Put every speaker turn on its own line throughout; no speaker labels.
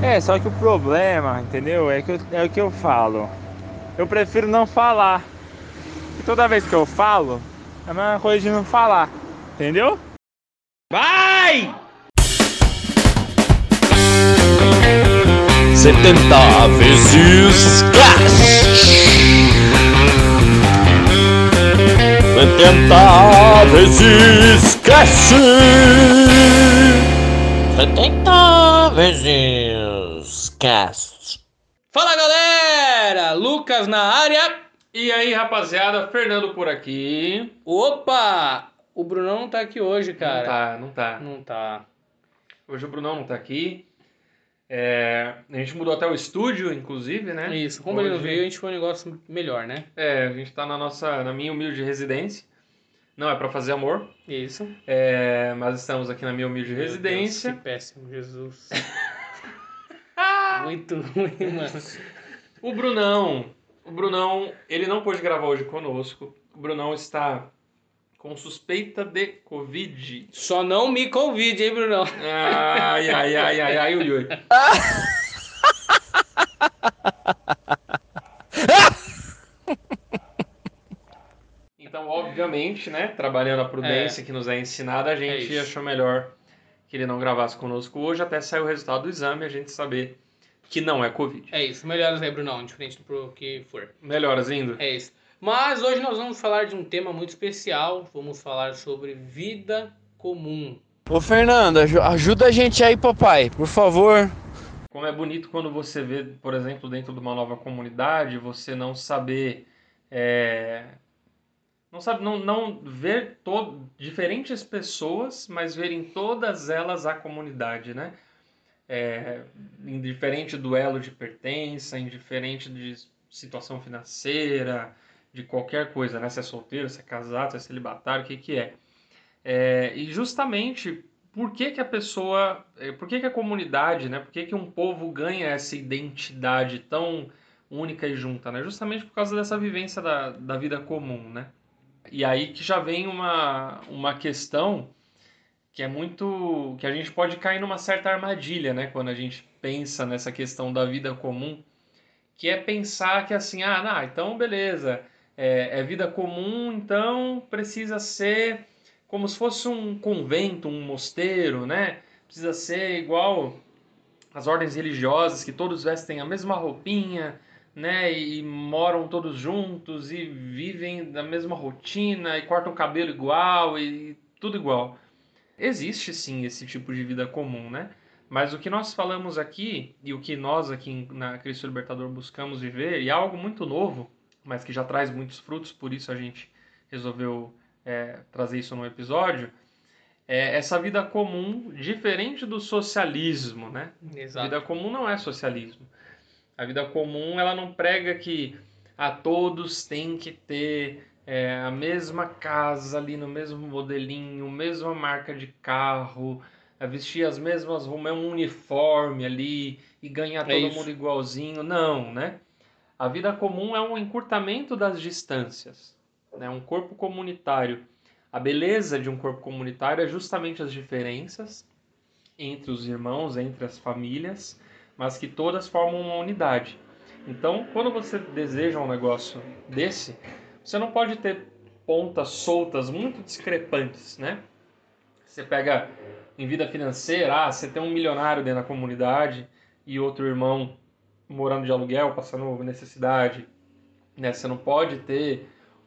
Só que o problema, entendeu? É o que eu falo. Eu prefiro não falar. E toda vez que eu falo, é a mesma coisa de não falar. Entendeu?
Vai!
70 vezes cash. 70 vezes cash. 70 vezes cash.
Fala galera! Lucas na área.
E aí, rapaziada, Fernando por aqui.
Opa! O Brunão não tá aqui hoje, cara.
Não tá.
Não tá.
Hoje o Brunão não tá aqui. A gente mudou até o estúdio, inclusive, né?
Isso, como ele não veio, a gente foi um negócio melhor, né?
A gente tá na minha humilde residência. Não é pra fazer amor,
Isso.
mas estamos aqui na minha humilde
Meu
residência.
Deus, que péssimo, Jesus. Muito ruim, mano.
O Brunão, ele não pôde gravar hoje conosco. O Brunão está com suspeita de Covid.
Só não me convide, hein, Brunão?
Ai, ui, ui. Então, obviamente, né, trabalhando a prudência que nos é ensinada, a gente achou melhor que ele não gravasse conosco hoje, até sair o resultado do exame e a gente saber que não é Covid.
É isso, melhoras aí, Brunão, diferente do que for.
Melhoras indo?
É isso. Mas hoje nós vamos falar de um tema muito especial. Vamos falar sobre vida comum.
Ô Fernando, ajuda a gente aí, papai, por favor.
Como é bonito quando você vê, por exemplo, dentro de uma nova comunidade, você não saber... Não ver diferentes pessoas, mas ver em todas elas a comunidade, né? Indiferente do elo de pertença, indiferente de situação financeira, de qualquer coisa, né? Se é solteiro, se é casado, se é celibatário, o que é. E justamente, por que a comunidade, né? Por que um povo ganha essa identidade tão única e junta, né? Justamente por causa dessa vivência da vida comum, né? E aí que já vem uma questão que é muito... que a gente pode cair numa certa armadilha, né? Quando a gente pensa nessa questão da vida comum, que é pensar que assim, então beleza, é vida comum, então precisa ser como se fosse um convento, um mosteiro, né? Precisa ser igual as ordens religiosas, que todos vestem a mesma roupinha, né? E moram todos juntos e vivem da mesma rotina e cortam o cabelo igual e tudo igual. Existe sim esse tipo de vida comum, né? Mas o que nós falamos aqui e o que nós aqui na Cristo Libertador buscamos viver, e é algo muito novo, mas que já traz muitos frutos, por isso a gente resolveu trazer isso no episódio, é essa vida comum diferente do socialismo, né?
Exato.
A vida comum não é socialismo. A vida comum, ela não prega que a todos tem que ter a mesma casa ali no mesmo modelinho, mesma marca de carro, vestir as mesmas roupas, um uniforme ali e ganhar todo mundo igualzinho. Não, né? A vida comum é um encurtamento das distâncias, né? Um corpo comunitário. A beleza de um corpo comunitário é justamente as diferenças entre os irmãos, entre as famílias, mas que todas formam uma unidade. Então, quando você deseja um negócio desse, você não pode ter pontas soltas muito discrepantes, né? Você pega em vida financeira, você tem um milionário dentro da comunidade e outro irmão morando de aluguel, passando necessidade, né? Você não pode ter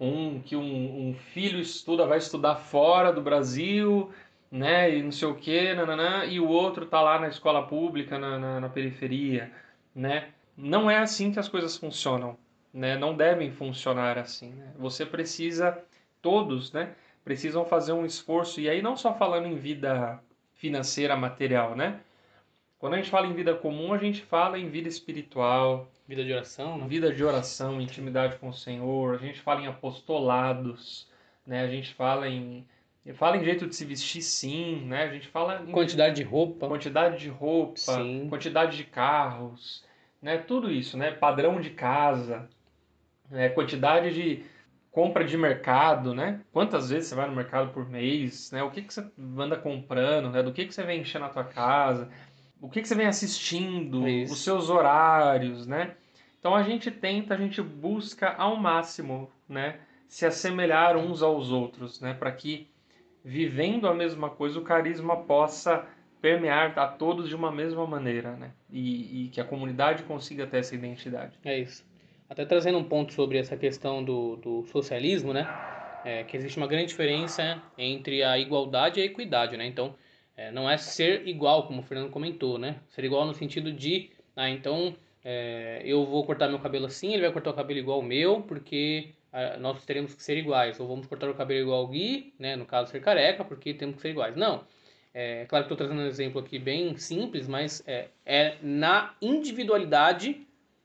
um filho vai estudar fora do Brasil, né? E não sei o que, e o outro tá lá na escola pública, na periferia, né? Não é assim que as coisas funcionam, né? Não devem funcionar assim, né? Você precisa, todos, né? Precisam fazer um esforço, e aí não só falando em vida financeira, material, né? Quando a gente fala em vida comum, a gente fala em vida espiritual,
vida de oração, né?
Vida de oração, intimidade com o Senhor, a gente fala em apostolados, né? A gente fala em jeito de se vestir, sim, né? A gente fala em
quantidade de roupa,
sim. Quantidade de carros, né? Tudo isso, né? Padrão de casa, né? Quantidade de compra de mercado, né? Quantas vezes você vai no mercado por mês, né? O que você anda comprando, né? Do que você vem encher na tua casa? o que você vem assistindo,
Isso.
os seus horários, né? Então a gente busca ao máximo, né, se assemelhar uns aos outros, né, para que vivendo a mesma coisa o carisma possa permear a todos de uma mesma maneira, né? E que a comunidade consiga ter essa identidade.
É isso. Até trazendo um ponto sobre essa questão do socialismo, né? Que existe uma grande diferença entre a igualdade e a equidade, né? Então, não é ser igual, como o Fernando comentou, né? Ser igual no sentido de, então, eu vou cortar meu cabelo assim, ele vai cortar o cabelo igual ao meu, porque nós teremos que ser iguais. Ou vamos cortar o cabelo igual ao Gui, né? No caso, ser careca, porque temos que ser iguais. Não. Claro que estou trazendo um exemplo aqui bem simples, mas é na individualidade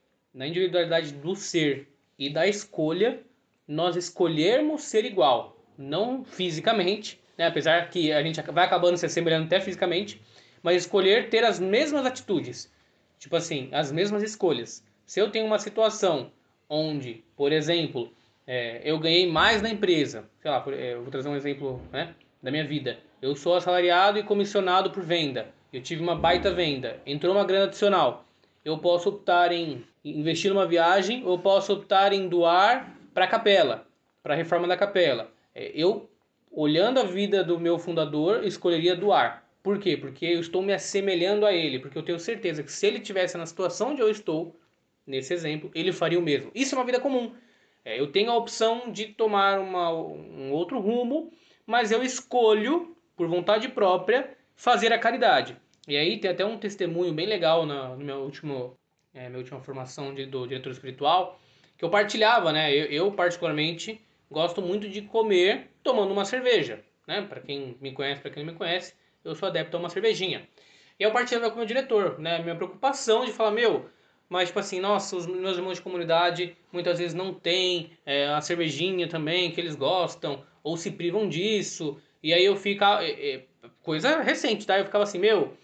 do ser e da escolha, nós escolhermos ser igual, não fisicamente, né? Apesar que a gente vai acabando se assemelhando até fisicamente, mas escolher ter as mesmas atitudes, tipo assim, as mesmas escolhas. Se eu tenho uma situação onde, por exemplo, eu ganhei mais na empresa, sei lá, eu vou trazer um exemplo, né, da minha vida. Eu sou assalariado e comissionado por venda. Eu tive uma baita venda, entrou uma grana adicional. Eu posso optar em investir numa viagem ou posso optar em doar para a capela, para a reforma da capela. Eu, olhando a vida do meu fundador, escolheria doar. Por quê? Porque eu estou me assemelhando a ele, porque eu tenho certeza que se ele estivesse na situação onde eu estou, nesse exemplo, ele faria o mesmo. Isso é uma vida comum. Eu tenho a opção de tomar um outro rumo, mas eu escolho, por vontade própria, fazer a caridade. E aí tem até um testemunho bem legal no meu minha última formação do diretor espiritual, que eu partilhava, né? Eu particularmente gosto muito de comer tomando uma cerveja, né? Para quem me conhece, para quem não me conhece, eu sou adepto a uma cervejinha. E eu partilhava com o meu diretor, né? Minha preocupação de falar, mas tipo assim, nossa, os meus irmãos de comunidade muitas vezes não têm a cervejinha também que eles gostam, ou se privam disso. E aí eu ficava, coisa recente, tá? Eu ficava assim,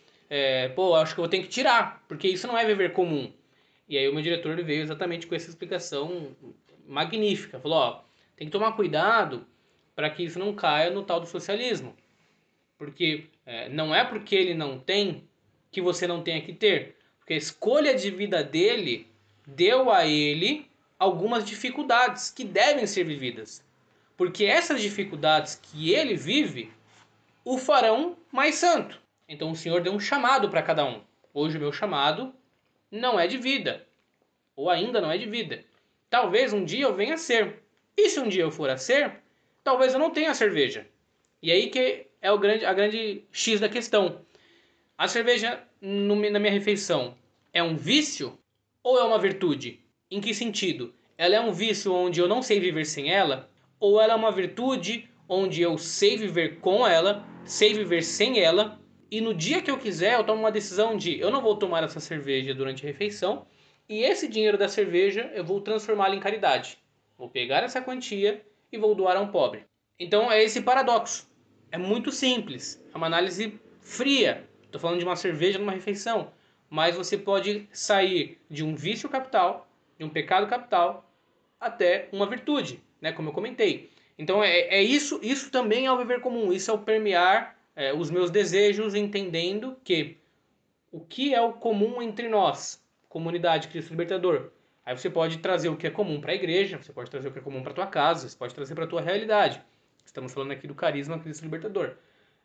acho que eu vou ter que tirar, porque isso não é viver comum. E aí o meu diretor ele veio exatamente com essa explicação magnífica. Falou, tem que tomar cuidado para que isso não caia no tal do socialismo. Porque não é porque ele não tem que você não tenha que ter. Porque a escolha de vida dele deu a ele algumas dificuldades que devem ser vividas. Porque essas dificuldades que ele vive o farão mais santo. Então o Senhor deu um chamado para cada um. Hoje o meu chamado não é de vida. Ou ainda não é de vida. Talvez um dia eu venha a ser. E se um dia eu for a ser, talvez eu não tenha cerveja. E aí que é a grande X da questão. A cerveja na minha refeição é um vício ou é uma virtude? Em que sentido? Ela é um vício onde eu não sei viver sem ela? Ou ela é uma virtude onde eu sei viver com ela, sei viver sem ela, e no dia que eu quiser eu tomo uma decisão de eu não vou tomar essa cerveja durante a refeição, e esse dinheiro da cerveja eu vou transformá-lo em caridade. Vou pegar essa quantia e vou doar a um pobre. Então é esse paradoxo. É muito simples. É uma análise fria. Estou falando de uma cerveja numa refeição. Mas você pode sair de um vício capital, de um pecado capital, até uma virtude, né? Como eu comentei. Então isso também é o viver comum. Isso é o permear os meus desejos, entendendo que o que é o comum entre nós, comunidade Cristo Libertador. Aí você pode trazer o que é comum para a igreja, você pode trazer o que é comum para a tua casa, você pode trazer para a tua realidade. Estamos falando aqui do carisma Cristo Libertador.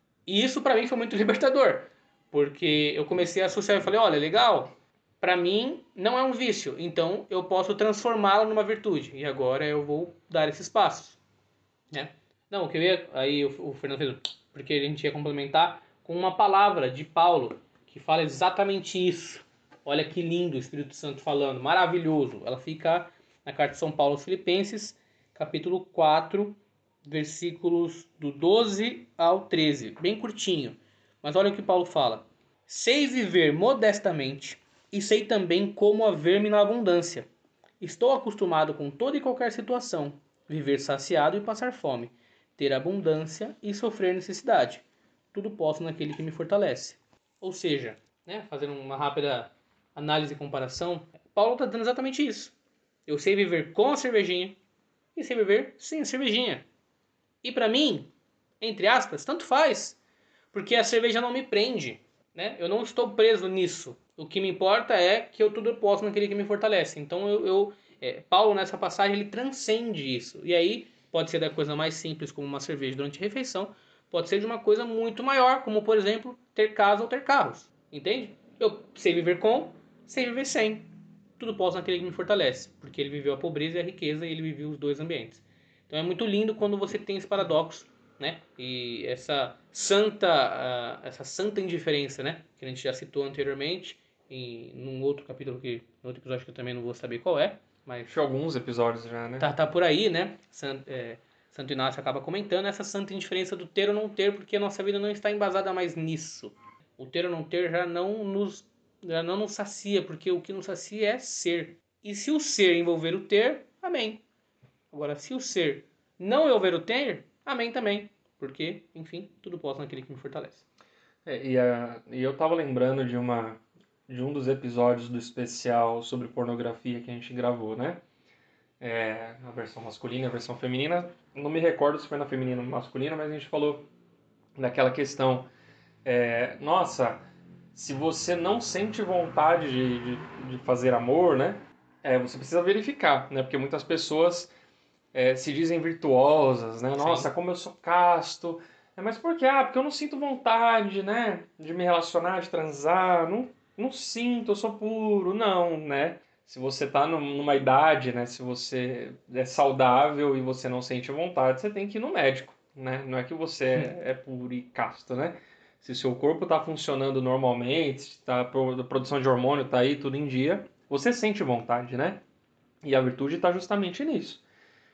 E isso para mim foi muito libertador, porque eu comecei a associar e falei, olha, legal, para mim não é um vício, então eu posso transformá-lo numa virtude. E agora eu vou dar esses passos, né? Não, o que eu ia... Aí o Fernando fez... Porque a gente ia complementar com uma palavra de Paulo, que fala exatamente isso. Olha que lindo o Espírito Santo falando, maravilhoso. Ela fica na carta de São Paulo aos Filipenses, capítulo 4, versículos do 12 ao 13. Bem curtinho. Mas olha o que Paulo fala. Sei viver modestamente e sei também como haver-me na abundância. Estou acostumado com toda e qualquer situação, viver saciado e passar fome, ter abundância e sofrer necessidade. Tudo posso naquele que me fortalece. Ou seja, né, fazendo uma rápida análise e comparação, Paulo está dizendo exatamente isso. Eu sei viver com a cervejinha e sei viver sem a cervejinha. E para mim, entre aspas, tanto faz, porque a cerveja não me prende. né? Eu não estou preso nisso. O que me importa é que eu tudo posso naquele que me fortalece. Então Paulo nessa passagem ele transcende isso. E aí pode ser da coisa mais simples como uma cerveja durante a refeição, pode ser de uma coisa muito maior, como por exemplo ter casa ou ter carros. Entende? Eu sei viver com, sei viver sem. Tudo posso naquele que me fortalece, porque ele viveu a pobreza e a riqueza e ele viveu os dois ambientes. Então é muito lindo quando você tem esse paradoxo, né? E essa santa indiferença, né? Que a gente já citou anteriormente num outro capítulo no outro episódio que eu também não vou saber qual é, mas
Acho que alguns episódios já, né?
tá por aí, né? Santo Inácio acaba comentando essa santa indiferença do ter ou não ter, porque a nossa vida não está embasada mais nisso. O ter ou não ter já não nos sacia, porque o que nos sacia é ser. E se o ser envolver o ter, amém. Agora, se o ser não envolver o ter, amém também. Porque, enfim, tudo posso naquele que me fortalece.
E eu tava lembrando de um dos episódios do especial sobre pornografia que a gente gravou, né? A versão masculina e a versão feminina. Não me recordo se foi na feminina ou masculina, mas a gente falou daquela questão. Nossa, se você não sente vontade de fazer amor, né? Você precisa verificar, né? Porque muitas pessoas se dizem virtuosas, né? Nossa,
Sim.
como eu sou casto. Mas por quê? Porque eu não sinto vontade, né? De me relacionar, de transar. Não sinto, eu sou puro. Não, né? Se você tá numa idade, né? Se você é saudável e você não sente vontade, você tem que ir no médico, né? Não é que você é puro e casto, né? Se seu corpo tá funcionando normalmente, se a produção de hormônio tá aí tudo em dia, você sente vontade, né? E a virtude está justamente nisso,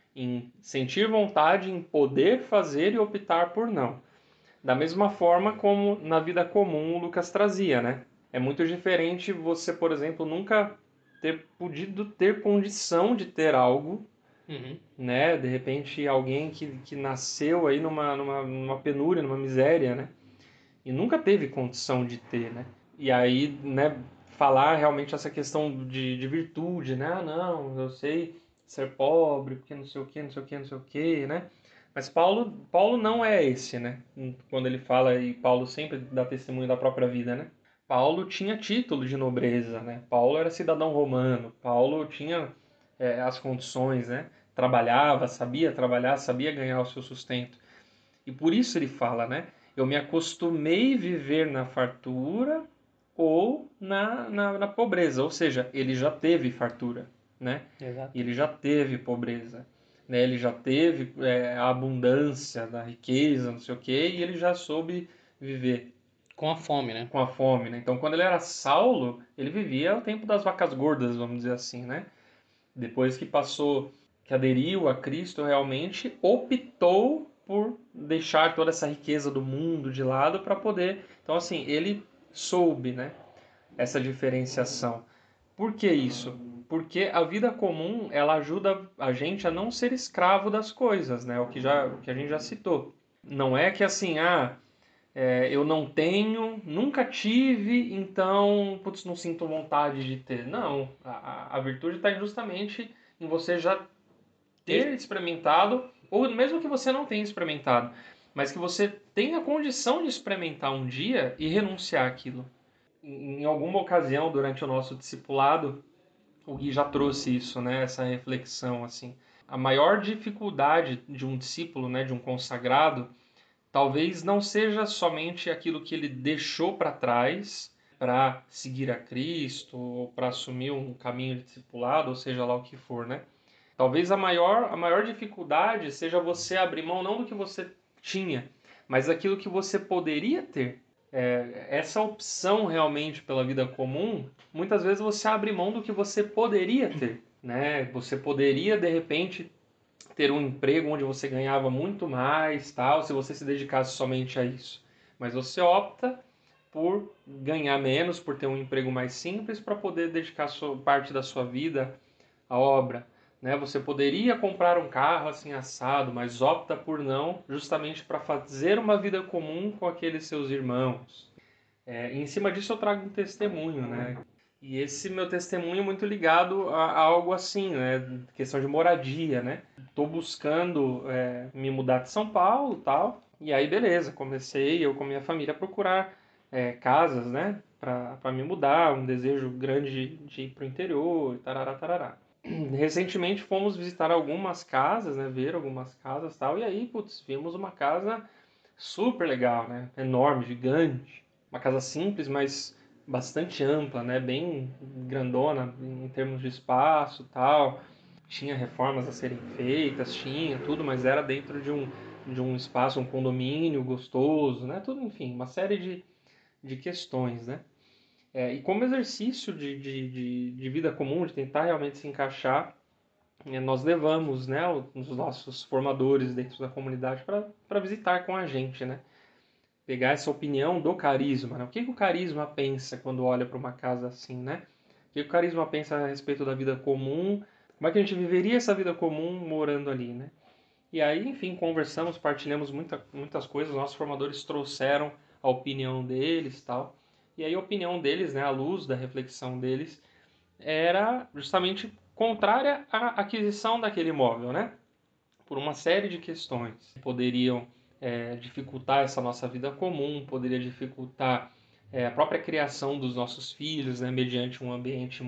em sentir vontade, em poder fazer e optar por não. Da mesma forma como na vida comum o Lucas trazia, né? É muito diferente você, por exemplo, nunca ter podido ter condição de ter algo,
Uhum.
né? De repente alguém que nasceu aí numa penúria, numa miséria, né? E nunca teve condição de ter, né? E aí, né, falar realmente essa questão de virtude, né? Ah, não, eu sei ser pobre, porque não sei o que, não sei o que, não sei o que, né? Mas Paulo não é esse, né? Quando ele fala, e Paulo sempre dá testemunho da própria vida, né? Paulo tinha título de nobreza, né? Paulo era cidadão romano, Paulo tinha as condições, né? Trabalhava, sabia trabalhar, sabia ganhar o seu sustento. E por isso ele fala, né? Eu me acostumei a viver na fartura ou na pobreza. Ou seja, ele já teve fartura, né?
Exato.
Ele já teve pobreza, né? Ele já teve a abundância da riqueza, não sei o quê, e ele já soube viver
Com a fome, né?
com a fome, né? Então, quando ele era Saulo, ele vivia o tempo das vacas gordas, vamos dizer assim, né? Depois que passou, que aderiu a Cristo realmente, optou por deixar toda essa riqueza do mundo de lado para poder. Então, assim, ele soube, né? Essa diferenciação. Por que isso? Porque a vida comum ela ajuda a gente a não ser escravo das coisas, né? O que a gente já citou. Não é que assim, eu não tenho, nunca tive, então, putz, não sinto vontade de ter. Não, a virtude está justamente em você já ter experimentado, ou mesmo que você não tenha experimentado, mas que você tenha condição de experimentar um dia e renunciar àquilo. Em alguma ocasião, durante o nosso discipulado, o Gui já trouxe isso, né, essa reflexão, assim. A maior dificuldade de um discípulo, né, de um consagrado, talvez não seja somente aquilo que ele deixou para trás para seguir a Cristo ou para assumir um caminho de discipulado, ou seja lá o que for, né? Talvez a maior dificuldade seja você abrir mão não do que você tinha, mas daquilo que você poderia ter. Essa opção realmente pela vida comum, muitas vezes você abre mão do que você poderia ter, né? Você poderia de repente ter um emprego onde você ganhava muito mais, tal, se você se dedicasse somente a isso. Mas você opta por ganhar menos, por ter um emprego mais simples, para poder dedicar parte da sua vida à obra. Né? Você poderia comprar um carro assim assado, mas opta por não, justamente para fazer uma vida comum com aqueles seus irmãos. E em cima disso eu trago um testemunho, né? E esse meu testemunho é muito ligado a algo assim, né? Questão de moradia, né? Tô buscando me mudar de São Paulo, tal. E aí beleza, comecei eu com minha família a procurar casas, né, para me mudar, um desejo grande de ir para o interior, e tarará, tarará. Recentemente fomos visitar algumas casas, né, ver algumas casas e tal, e aí, putz, vimos uma casa super legal, né, enorme, gigante, uma casa simples, mas bastante ampla, né, bem grandona em termos de espaço e tal, tinha reformas a serem feitas, tinha tudo, mas era dentro de um espaço, um condomínio gostoso, né, tudo, enfim, uma série de questões, né. E como exercício de vida comum, de tentar realmente se encaixar, nós levamos, né, os nossos formadores dentro da comunidade para visitar com a gente, né? Pegar essa opinião do carisma, né? O que o carisma pensa quando olha para uma casa assim, né? O que o carisma pensa a respeito da vida comum? Como é que a gente viveria essa vida comum morando ali, né? E aí, enfim, conversamos, partilhamos muitas coisas. Nossos formadores trouxeram a opinião deles, tal. E aí a opinião deles, né, à luz da reflexão deles, era justamente contrária à aquisição daquele imóvel, né? Por uma série de questões. Poderiam dificultar essa nossa vida comum, poderia dificultar a própria criação dos nossos filhos, né? Mediante um ambiente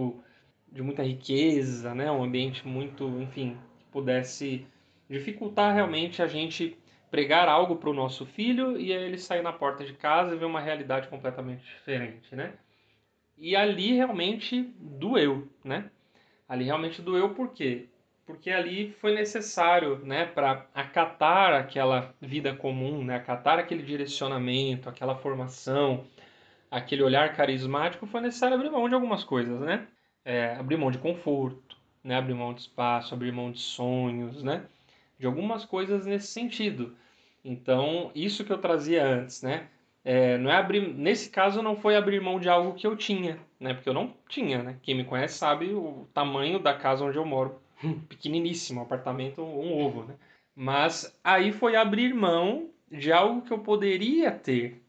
de muita riqueza, né? Um ambiente muito, enfim, que pudesse dificultar realmente a gente pregar algo para o nosso filho e aí ele sair na porta de casa e ver uma realidade completamente diferente, né? E ali realmente doeu, né? Ali realmente doeu por quê? Porque ali foi necessário, né, para acatar aquela vida comum, né, acatar aquele direcionamento, aquela formação, aquele olhar carismático, foi necessário abrir mão de algumas coisas, né? Abrir mão de conforto, né, abrir mão de espaço, abrir mão de sonhos, né? De algumas coisas nesse sentido. Então, isso que eu trazia antes, né? Não é abrir, nesse caso não foi abrir mão de algo que eu tinha, né? Porque eu não tinha, né? Quem me conhece sabe o tamanho da casa onde eu moro. Pequeniníssimo, apartamento, um ovo, né? Mas aí foi abrir mão de algo que eu poderia ter,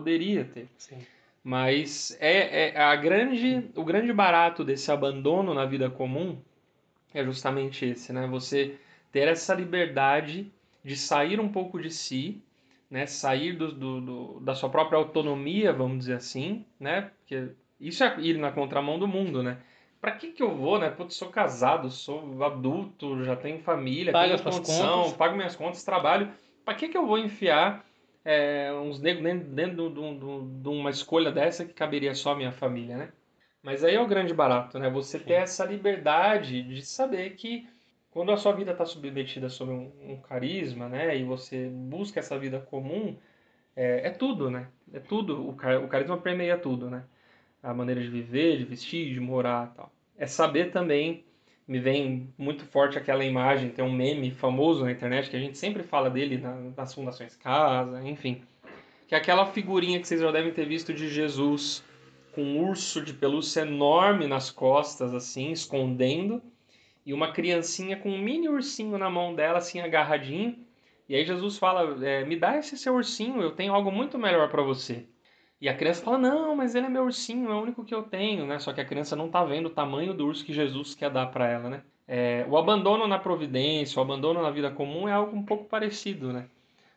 Sim.
Mas o grande barato desse abandono na vida comum é justamente esse, né? Você ter essa liberdade de sair um pouco de si, né? Sair da sua própria autonomia, vamos dizer assim, né? Porque isso é ir na contramão do mundo, né? Pra que eu vou, né? Putz, sou casado, sou adulto, já tenho família,
Paga
tenho
suas
condição,
contas.
pago minhas contas, trabalho. Pra que eu vou enfiar uns negros dentro de uma escolha dessa que caberia só à minha família, né? Mas aí é o grande barato, né? Você ter
Sim.
essa liberdade de saber que quando a sua vida está submetida sob um carisma, né? E você busca essa vida comum, é tudo, né? É tudo. O carisma permeia tudo, né? A maneira de viver, de vestir, de morar e tal. É saber também, me vem muito forte aquela imagem, tem um meme famoso na internet que a gente sempre fala dele nas fundações casa, enfim. Que é aquela figurinha que vocês já devem ter visto de Jesus com um urso de pelúcia enorme nas costas, assim, escondendo, e uma criancinha com um mini ursinho na mão dela, assim, agarradinho. E aí Jesus fala, me dá esse seu ursinho, eu tenho algo muito melhor para você. E a criança fala, não, mas ele é meu ursinho, é o único que eu tenho, né? Só que a criança não tá vendo o tamanho do urso que Jesus quer dar para ela, né? O abandono na providência, o abandono na vida comum é algo um pouco parecido, né?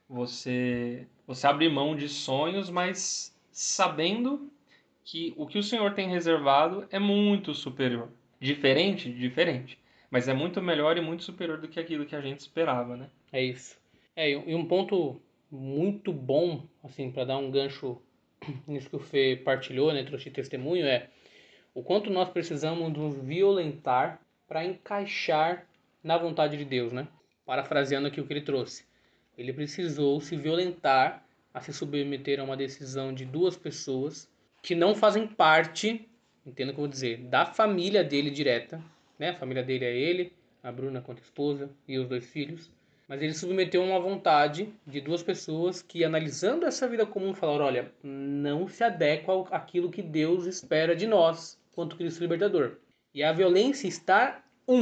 Você abre mão de sonhos, mas sabendo que o que o Senhor tem reservado é muito superior. Diferente? Diferente. Mas é muito melhor e muito superior do que aquilo que a gente esperava, né?
É isso. E um ponto muito bom, assim, para dar um gancho nisso que o Fê partilhou, né, trouxe testemunho, é o quanto nós precisamos nos violentar para encaixar na vontade de Deus, né? Parafraseando aqui o que ele trouxe. Ele precisou se violentar a se submeter a uma decisão de duas pessoas que não fazem parte, entenda o que eu vou dizer, da família dele direta, né? A família dele é ele, a Bruna quanto esposa e os dois filhos. Mas ele submeteu a uma vontade de duas pessoas que, analisando essa vida comum, falaram, olha, não se adequa àquilo que Deus espera de nós, quanto Cristo Libertador. E a violência está,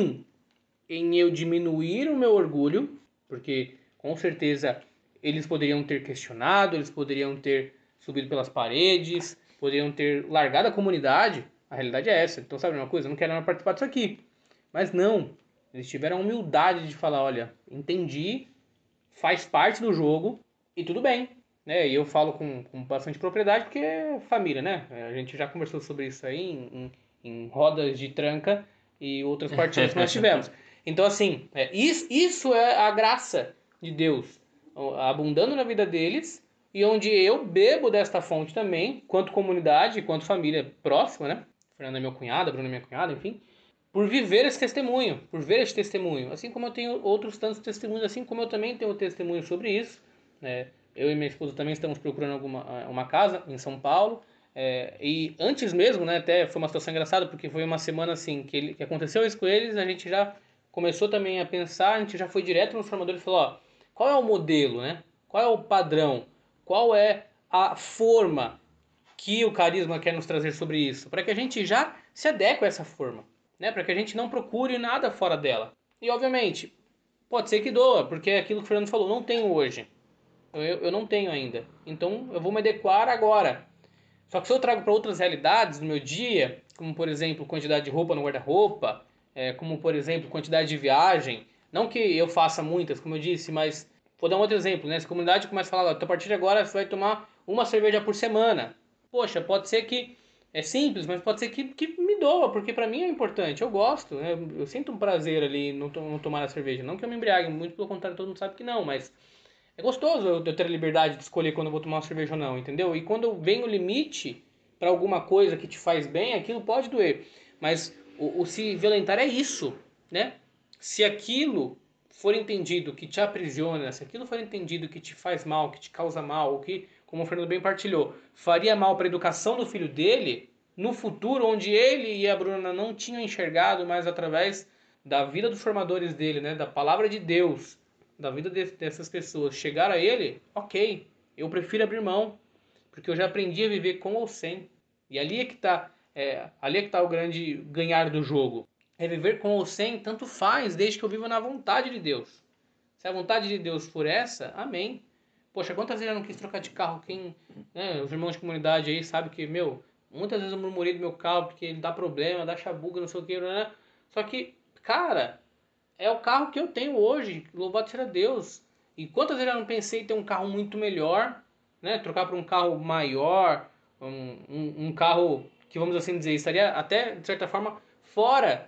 em eu diminuir o meu orgulho, porque com certeza eles poderiam ter questionado, eles poderiam ter subido pelas paredes, poderiam ter largado a comunidade. A realidade é essa. Então, sabe uma coisa? Eu não quero mais participar disso aqui. Mas não. Eles tiveram a humildade de falar, olha, entendi, faz parte do jogo e tudo bem. né? E eu falo com bastante propriedade porque é família, né? A gente já conversou sobre isso aí em rodas de tranca e outras partidas que nós tivemos. Então, assim, isso é a graça de Deus abundando na vida deles e onde eu bebo desta fonte também, quanto comunidade, quanto família próxima, né? Fernanda é meu cunhado, Bruna é minha cunhada, enfim. Por viver esse testemunho, por ver esse testemunho. Assim como eu tenho outros tantos testemunhos, assim como eu também tenho testemunho sobre isso, né? Eu e minha esposa também estamos procurando uma casa em São Paulo. E antes mesmo, né, até foi uma situação engraçada, porque foi uma semana assim que aconteceu isso com eles, a gente já começou também a pensar, a gente já foi direto nos formadores e falou, ó, qual é o modelo, né? Qual é o padrão? Qual é a forma que o carisma quer nos trazer sobre isso? Para que a gente já se adeque a essa forma, né? Para que a gente não procure nada fora dela. E obviamente, pode ser que doa, porque é aquilo que o Fernando falou, não tenho hoje. Eu não tenho ainda. Então eu vou me adequar agora. Só que se eu trago para outras realidades do meu dia, como por exemplo quantidade de roupa no guarda-roupa, como por exemplo quantidade de viagem, não que eu faça muitas, como eu disse, mas vou dar um outro exemplo, né? Se a comunidade começa a falar, a partir de agora você vai tomar uma cerveja por semana. Poxa, pode ser que é simples, mas pode ser que me doa, porque para mim é importante, eu gosto, né? Eu sinto um prazer ali no tomar a cerveja. Não que eu me embriague, muito pelo contrário, todo mundo sabe que não, mas é gostoso eu ter a liberdade de escolher quando eu vou tomar uma cerveja ou não, entendeu? E quando vem o limite para alguma coisa que te faz bem, aquilo pode doer. Mas o se violentar é isso, né? Se aquilo for entendido que te aprisiona, se aquilo for entendido que te faz mal, que te causa mal, ou que, como o Fernando bem partilhou, faria mal para a educação do filho dele, no futuro, onde ele e a Bruna não tinham enxergado, mas através da vida dos formadores dele, né, da palavra de Deus, da vida dessas pessoas chegar a ele, ok, eu prefiro abrir mão, porque eu já aprendi a viver com ou sem. E ali é que tá o grande ganhar do jogo. É viver com ou sem, tanto faz, desde que eu viva na vontade de Deus. Se a vontade de Deus for essa, amém. Poxa, quantas vezes eu não quis trocar de carro? Né, os irmãos de comunidade aí sabem que, muitas vezes eu murmurei do meu carro porque ele dá problema, dá chabuga, não sei o que, né? Só que, cara, é o carro que eu tenho hoje, louvado seja Deus. E quantas vezes eu não pensei em ter um carro muito melhor, né? Trocar para um carro maior, um carro que, vamos assim dizer, estaria até, de certa forma, fora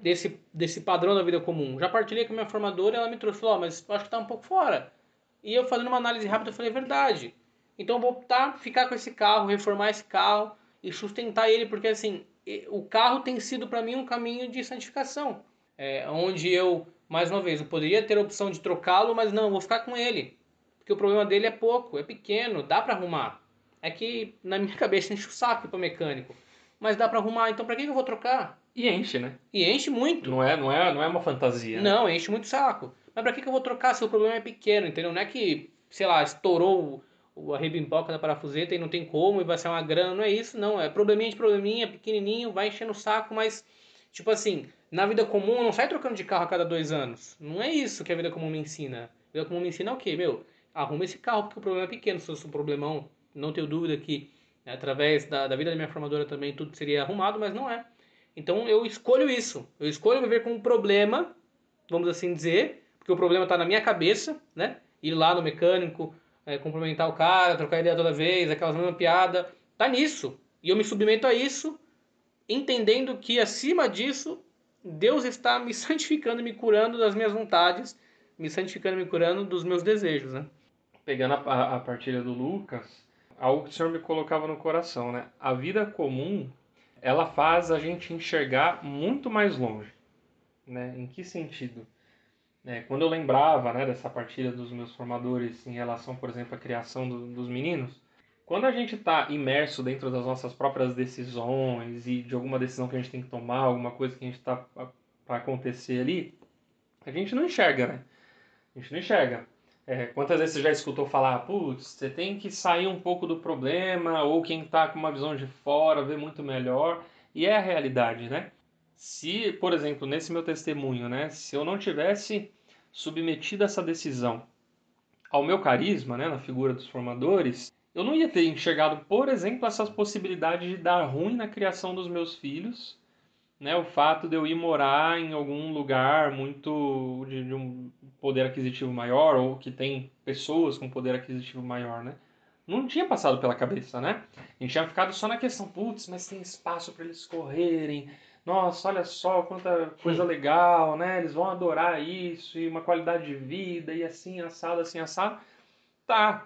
desse padrão da vida comum. Já partilhei com a minha formadora e ela me trouxe, falou, mas eu acho que está um pouco fora. E eu fazendo uma análise rápida, eu falei, é verdade. Então eu vou optar, ficar com esse carro, reformar esse carro e sustentar ele, porque assim, o carro tem sido para mim um caminho de santificação. Onde eu, mais uma vez, eu poderia ter a opção de trocá-lo, mas não, eu vou ficar com ele. Porque o problema dele é pouco, é pequeno, dá para arrumar. É que na minha cabeça enche o saco para mecânico. Mas dá para arrumar, então para que eu vou trocar?
E enche, né?
E enche muito.
Não é uma fantasia, né?
Não, enche muito o saco. Mas para que eu vou trocar se o problema é pequeno, entendeu? Não é que, sei lá, estourou a rebimboca da parafuseta e não tem como e vai ser uma grana. Não é isso, não. É probleminha de probleminha, pequenininho, vai enchendo o saco, mas, tipo assim, na vida comum eu não sai trocando de carro a cada 2 anos. Não é isso que a vida comum me ensina. A vida comum me ensina o quê? Arruma esse carro porque o problema é pequeno. Se fosse um problemão, não tenho dúvida que, né, através da vida da minha formadora também tudo seria arrumado, mas não é. Então eu escolho isso. Eu escolho viver com um problema, vamos assim dizer, porque o problema está na minha cabeça, né? Ir lá no mecânico, cumprimentar o cara, trocar ideia toda vez, aquelas mesmas piadas, tá nisso. E eu me submeto a isso, entendendo que acima disso, Deus está me santificando e me curando das minhas vontades, me santificando e me curando dos meus desejos, né?
Pegando a partilha do Lucas, algo que o Senhor me colocava no coração, né? A vida comum, ela faz a gente enxergar muito mais longe, né? Em que sentido? Quando eu lembrava, né, dessa partilha dos meus formadores em relação, por exemplo, à criação dos meninos, quando a gente está imerso dentro das nossas próprias decisões e de alguma decisão que a gente tem que tomar, alguma coisa que a gente está para acontecer ali, a gente não enxerga, né? A gente não enxerga. Quantas vezes você já escutou falar, putz, você tem que sair um pouco do problema, ou quem está com uma visão de fora vê muito melhor, e é a realidade, né? Se, por exemplo, nesse meu testemunho, né, se eu não tivesse submetido essa decisão ao meu carisma, né, na figura dos formadores, eu não ia ter enxergado, por exemplo, essas possibilidades de dar ruim na criação dos meus filhos, né, o fato de eu ir morar em algum lugar muito de um poder aquisitivo maior, ou que tem pessoas com poder aquisitivo maior, né? Não tinha passado pela cabeça, né? A gente tinha ficado só na questão, putz, mas tem espaço para eles correrem. Nossa, olha só quanta coisa legal, né? Eles vão adorar isso e uma qualidade de vida e assim, assado, assim, assado. Tá,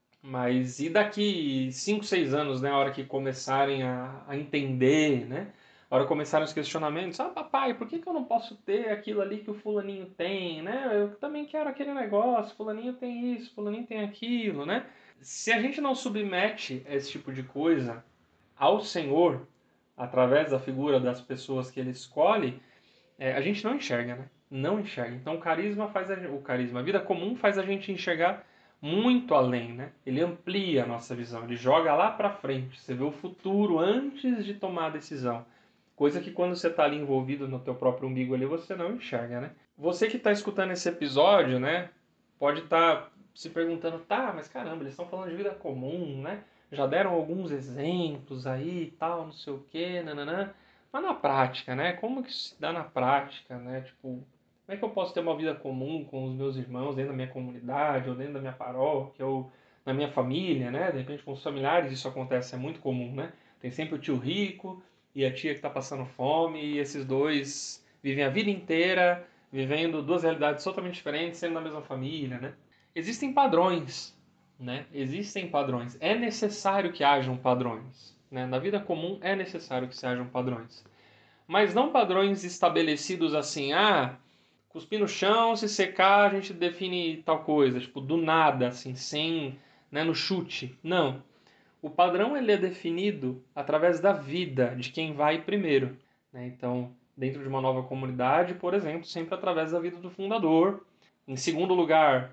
mas e daqui 5, 6 anos, né? A hora que começarem a entender, né? A hora que começarem os questionamentos. Ah, papai, por que eu não posso ter aquilo ali que o fulaninho tem, né? Eu também quero aquele negócio. Fulaninho tem isso, fulaninho tem aquilo, né? Se a gente não submete esse tipo de coisa ao Senhor, através da figura das pessoas que Ele escolhe, a gente não enxerga, né? Não enxerga. Então o carisma a vida comum faz a gente enxergar muito além, né? Ele amplia a nossa visão, ele joga lá para frente. Você vê o futuro antes de tomar a decisão. Coisa que quando você está ali envolvido no teu próprio umbigo ali, você não enxerga, né? Você que está escutando esse episódio, né? Pode estar se perguntando, tá, mas caramba, eles estão falando de vida comum, né? Já deram alguns exemplos aí e tal, não sei o quê, nananã. Mas na prática, né? Como que isso se dá na prática, né? Tipo, como é que eu posso ter uma vida comum com os meus irmãos dentro da minha comunidade, ou dentro da minha paróquia, ou na minha família, né? De repente com os familiares isso acontece, é muito comum, né? Tem sempre o tio rico e a tia que está passando fome, e esses dois vivem a vida inteira vivendo duas realidades totalmente diferentes, sendo da mesma família, né? Existem padrões, né? Existem padrões. É necessário que hajam padrões, né? Na vida comum é necessário que se hajam padrões. Mas não padrões estabelecidos assim, cuspir no chão, se secar, a gente define tal coisa, tipo, do nada, assim, sem, né, no chute. Não. O padrão ele é definido através da vida de quem vai primeiro, né? Então, dentro de uma nova comunidade, por exemplo, sempre através da vida do fundador. Em segundo lugar,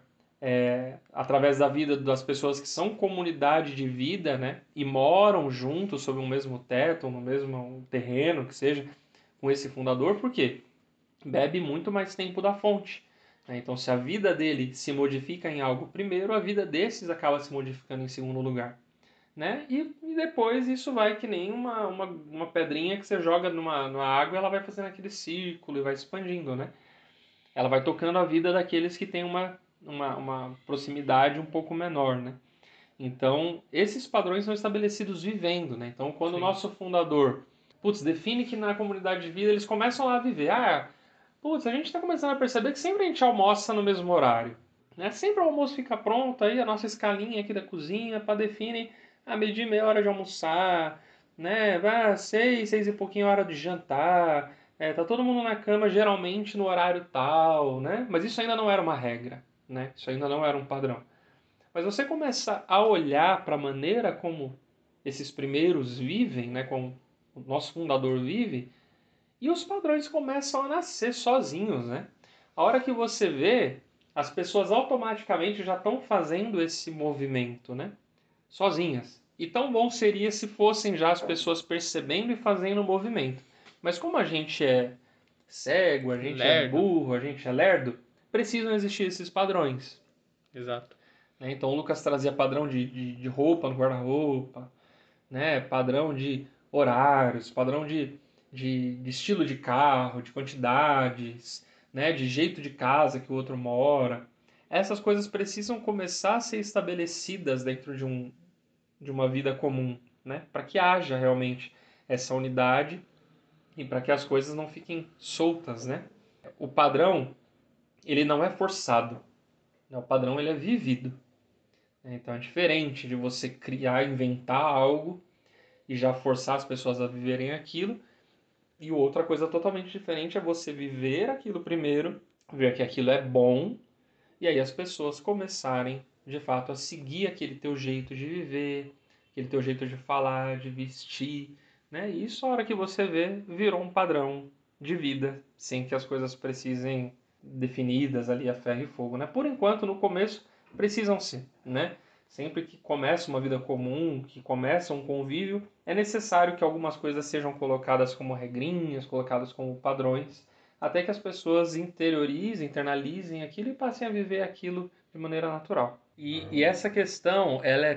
através da vida das pessoas que são comunidade de vida, né? E moram juntos sob um mesmo teto, no mesmo terreno, que seja, com esse fundador. Por quê? Bebe muito mais tempo da fonte, né? Então, se a vida dele se modifica em algo primeiro, a vida desses acaba se modificando em segundo lugar, né? E depois isso vai que nem uma pedrinha que você joga numa água, ela vai fazendo aquele círculo e vai expandindo, né? Ela vai tocando a vida daqueles que têm uma proximidade um pouco menor, né? Então, esses padrões são estabelecidos vivendo, né? Então, quando o nosso fundador, define que na comunidade de vida eles começam lá a viver. A gente está começando a perceber que sempre a gente almoça no mesmo horário, né? Sempre o almoço fica pronto, aí a nossa escalinha aqui da cozinha para definir a meio-dia e meia hora de almoçar, né? Vai 6 e pouquinho hora de jantar, tá todo mundo na cama geralmente no horário tal, né? Mas isso ainda não era uma regra, né? Isso ainda não era um padrão. Mas você começa a olhar para a maneira como esses primeiros vivem, né? Como o nosso fundador vive, e os padrões começam a nascer sozinhos, né? A hora que você vê, as pessoas automaticamente já estão fazendo esse movimento, né? Sozinhas. E tão bom seria se fossem já as pessoas percebendo e fazendo o movimento. Mas como a gente é cego, a gente é burro, a gente é lerdo, precisam existir esses padrões.
Exato.
Então o Lucas trazia padrão de roupa no guarda-roupa, né? Padrão de horários, padrão de estilo de carro, de quantidades, né? De jeito de casa que o outro mora. Essas coisas precisam começar a ser estabelecidas dentro de uma vida comum, né? Para que haja realmente essa unidade e para que as coisas não fiquem soltas, né? O padrão, ele não é forçado, né? O padrão ele é vivido. Então é diferente de você criar, inventar algo e já forçar as pessoas a viverem aquilo. E outra coisa totalmente diferente é você viver aquilo primeiro, ver que aquilo é bom, e aí as pessoas começarem, de fato, a seguir aquele teu jeito de viver, aquele teu jeito de falar, de vestir, né? E isso, a hora que você vê, virou um padrão de vida, sem que as coisas precisem definidas ali a ferro e fogo, né? Por enquanto, no começo, precisam ser, né? Sempre que começa uma vida comum, que começa um convívio, é necessário que algumas coisas sejam colocadas como regrinhas, colocadas como padrões, até que as pessoas interiorizem, internalizem aquilo e passem a viver aquilo de maneira natural. E essa questão, ela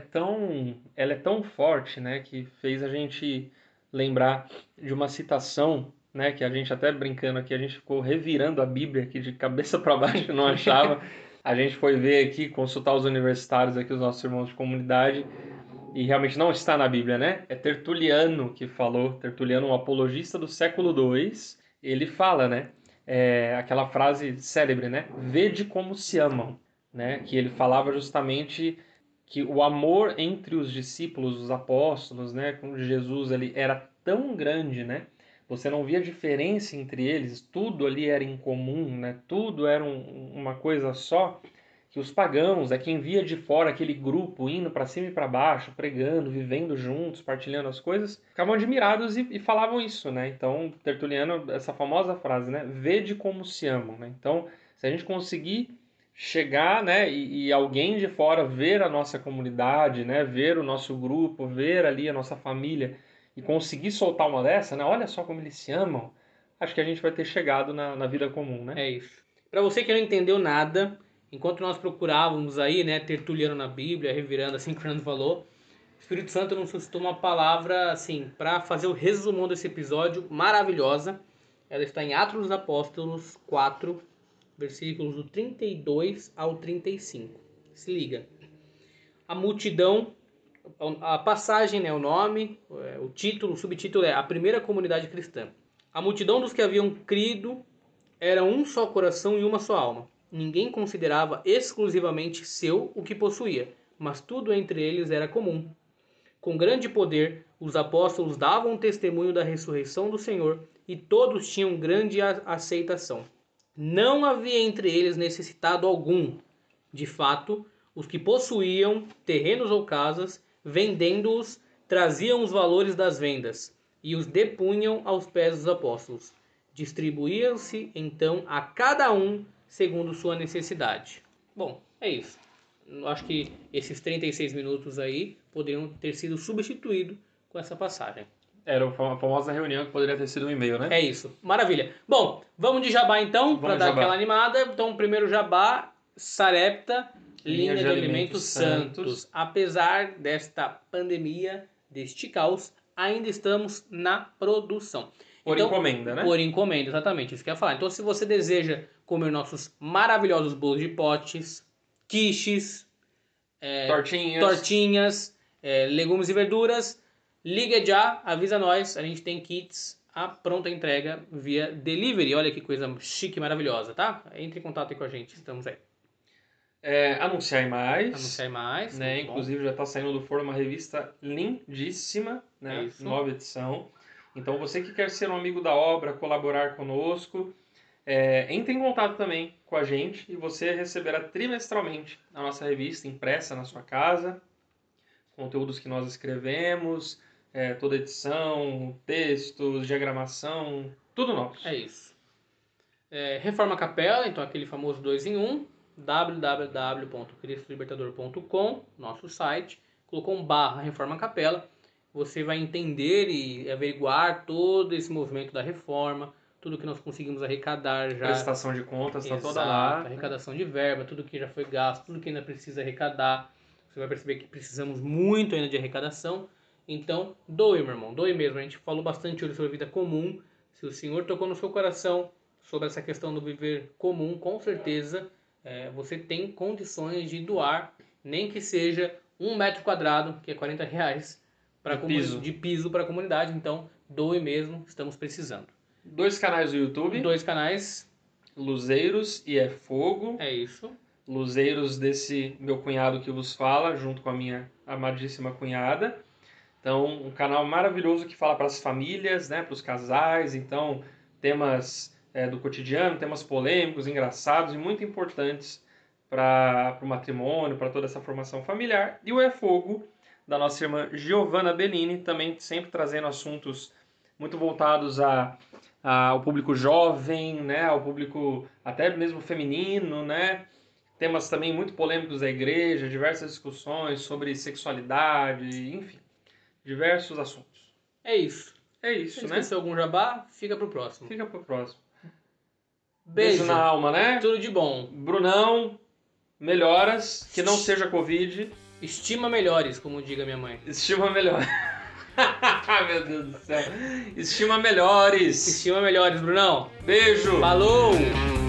é tão forte, né, que fez a gente lembrar de uma citação, né, que a gente até brincando aqui, a gente ficou revirando a Bíblia aqui de cabeça para baixo, não achava. A gente foi ver aqui, consultar os universitários aqui, os nossos irmãos de comunidade, e realmente não está na Bíblia, né? É Tertuliano que falou, Tertuliano, um apologista do século II, ele fala, né? Aquela frase célebre, né? Vede como se amam, né? Que ele falava justamente que o amor entre os discípulos, os apóstolos, né? Com Jesus, ele era tão grande, né? Você não via diferença entre eles, tudo ali era em comum, né? Tudo era uma coisa só, que os pagãos, quem via de fora aquele grupo indo para cima e para baixo, pregando, vivendo juntos, partilhando as coisas, ficavam admirados e falavam isso, né? Então, Tertuliano, essa famosa frase, né? Vede como se amam, né? Então, se a gente conseguir chegar, né, e alguém de fora ver a nossa comunidade, né, ver o nosso grupo, ver ali a nossa família e conseguir soltar uma dessa, né? Olha só como eles se amam. Acho que a gente vai ter chegado na vida comum, né?
É isso. Para você que não entendeu nada, enquanto nós procurávamos aí, né, Tertuliano na Bíblia, revirando assim que o Fernando falou, o Espírito Santo nos suscitou uma palavra, assim, para fazer o resumão desse episódio, maravilhosa. Ela está em Atos dos Apóstolos 4, versículos do 32 ao 35. Se liga. A multidão, a passagem, né, o nome, o título, o subtítulo é A Primeira Comunidade Cristã. A multidão dos que haviam crido era um só coração e uma só alma. Ninguém considerava exclusivamente seu o que possuía, mas tudo entre eles era comum. Com grande poder, os apóstolos davam testemunho da ressurreição do Senhor e todos tinham grande aceitação. Não havia entre eles necessitado algum. De fato, os que possuíam terrenos ou casas, vendendo-os, traziam os valores das vendas e os depunham aos pés dos apóstolos. Distribuíam-se então a cada um segundo sua necessidade. Bom, é isso. Eu acho que esses 36 minutos aí poderiam ter sido substituídos com essa passagem.
Era a famosa reunião que poderia ter sido um e-mail, né?
É isso. Maravilha. Bom, vamos de jabá então, para dar aquela animada. Então, primeiro jabá, Sarepta, linha de alimentos santos. Apesar desta pandemia, deste caos, ainda estamos na produção.
Por encomenda, né?
Por encomenda, exatamente. Isso que eu ia falar. Então, se você deseja comer nossos maravilhosos bolos de potes, quiches, tortinhas, legumes e verduras, liga já, avisa nós. A gente tem kits à pronta entrega via delivery. Olha que coisa chique e maravilhosa, tá? Entre em contato aí com a gente. Estamos aí.
Anunciar mais.
Anunciar mais.
Né? Inclusive já está saindo do forno uma revista lindíssima, né? Nova edição. Então você que quer ser um amigo da obra, colaborar conosco, entre em contato também com a gente e você receberá trimestralmente a nossa revista impressa na sua casa, conteúdos que nós escrevemos, toda edição, textos, diagramação, tudo nosso.
É isso. Reforma Capela, então aquele famoso 2 em 1, www.cristolibertador.com, nosso site, colocou um / Reforma Capela, você vai entender e averiguar todo esse movimento da reforma, tudo que nós conseguimos arrecadar já.
Prestação de contas está toda lá.
Arrecadação de verba, tudo que já foi gasto, tudo que ainda precisa arrecadar. Você vai perceber que precisamos muito ainda de arrecadação. Então, doe, meu irmão, doe mesmo. A gente falou bastante hoje sobre vida comum. Se o Senhor tocou no seu coração sobre essa questão do viver comum, com certeza você tem condições de doar, nem que seja 1 metro quadrado, que é R$40, de piso para a comunidade. Então, doe mesmo, estamos precisando.
2 canais do YouTube.
2 canais.
Luzeiros e É Fogo.
É isso.
Luzeiros desse meu cunhado que vos fala, junto com a minha amadíssima cunhada. Então, um canal maravilhoso que fala para as famílias, né, para os casais. Então, temas do cotidiano, temas polêmicos, engraçados e muito importantes para o matrimônio, para toda essa formação familiar. E o É Fogo, da nossa irmã Giovanna Bellini, também sempre trazendo assuntos muito voltados ao público jovem, né, ao público até mesmo feminino, né, temas também muito polêmicos da igreja, diversas discussões sobre sexualidade, enfim, diversos assuntos.
É isso.
É isso,
Se
né?
esqueceu algum jabá, fica pro próximo.
Fica pro próximo.
Beijo
na alma, né?
Tudo de bom.
Brunão, melhoras, que não seja Covid.
Estima melhores, como diga minha mãe.
Estima melhores. Meu Deus do céu. Estima melhores.
Estima melhores, Brunão.
Beijo.
Falou!